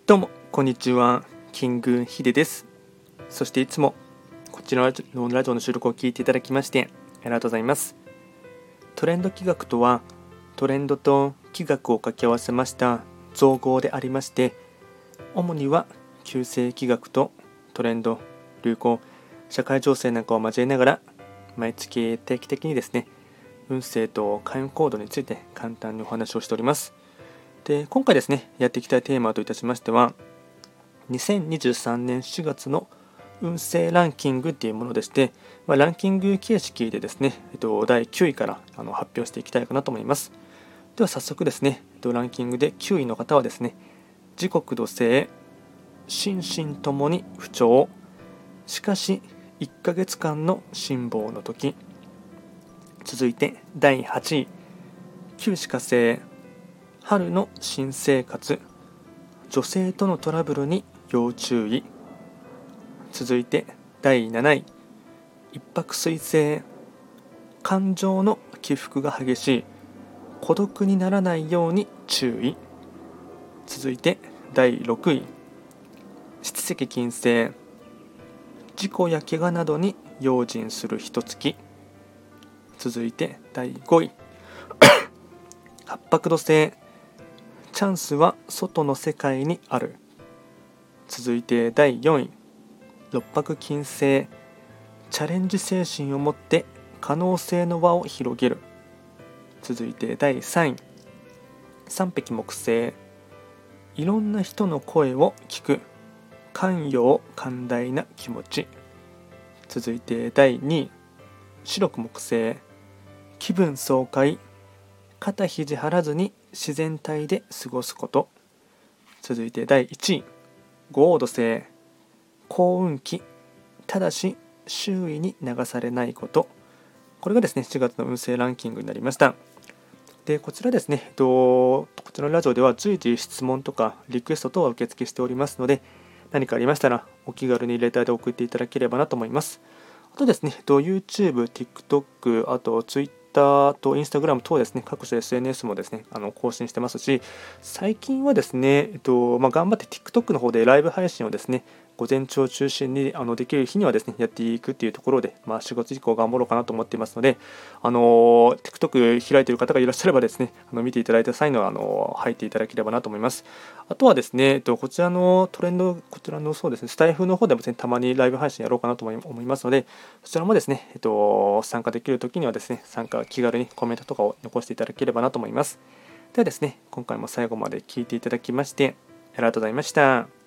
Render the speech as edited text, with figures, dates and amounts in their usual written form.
どうもこんにちは、キングヒデです。そしていつもこちらのラジオの収録を聞いていただきましてありがとうございます。トレンド企画とは、トレンドと企画を掛け合わせました造語でありまして、主には旧世企画とトレンド、流行、社会情勢なんかを交えながら、毎月定期的にですね、運勢と開運行動について簡単にお話をしております。で、今回ですね、やっていきたいテーマといたしましては、2023年4月の運勢ランキングというものでして、ランキング形式でですね、第9位から発表していきたいかなと思います。では早速ですね、ランキングで9位の方はですね、時刻土星、心身ともに不調、しかし1ヶ月間の辛抱の時。続いて第8位、旧歯科星、春の新生活、女性とのトラブルに要注意。続いて第7位、一泊水星、感情の起伏が激しい、孤独にならないように注意。続いて第6位、七石金星、事故や怪我などに用心する一月。続いて第5位、八白土星、チャンスは外の世界にある。続いて第4位、六白金星、チャレンジ精神を持って可能性の輪を広げる。続いて第3位、三匹木星、いろんな人の声を聞く、寛容寛大な気持ち。続いて第2位、白く木星、気分爽快、肩肘張らずに自然体で過ごすこと。続いて第1位、五黄土星、幸運期、ただし周囲に流されないこと。これがですね、4月の運勢ランキングになりました。で、こちらですね、こちらのラジオでは随時質問とかリクエスト等は受付しておりますので、何かありましたらお気軽にレターで送っていただければなと思います。あとですね、YouTube、TikTok、あと Twitterと Instagram 等ですね、各種 SNS もですね、更新してますし、最近はですね、頑張って TikTok の方でライブ配信をですね、午前中を中心にできる日にはですね、やっていくっていうところで、4月以降頑張ろうかなと思っていますので、TikTok 開いている方がいらっしゃればですね、見ていただいた際の入っていただければなと思います。あとはですね、こちらのトレンド、こちらのそうですね、スタイフの方でもですね、たまにライブ配信やろうかなと思いますので、そちらもですね、参加できるときにはですね、気軽にコメントとかを残していただければなと思います。ではですね、今回も最後まで聞いていただきまして、ありがとうございました。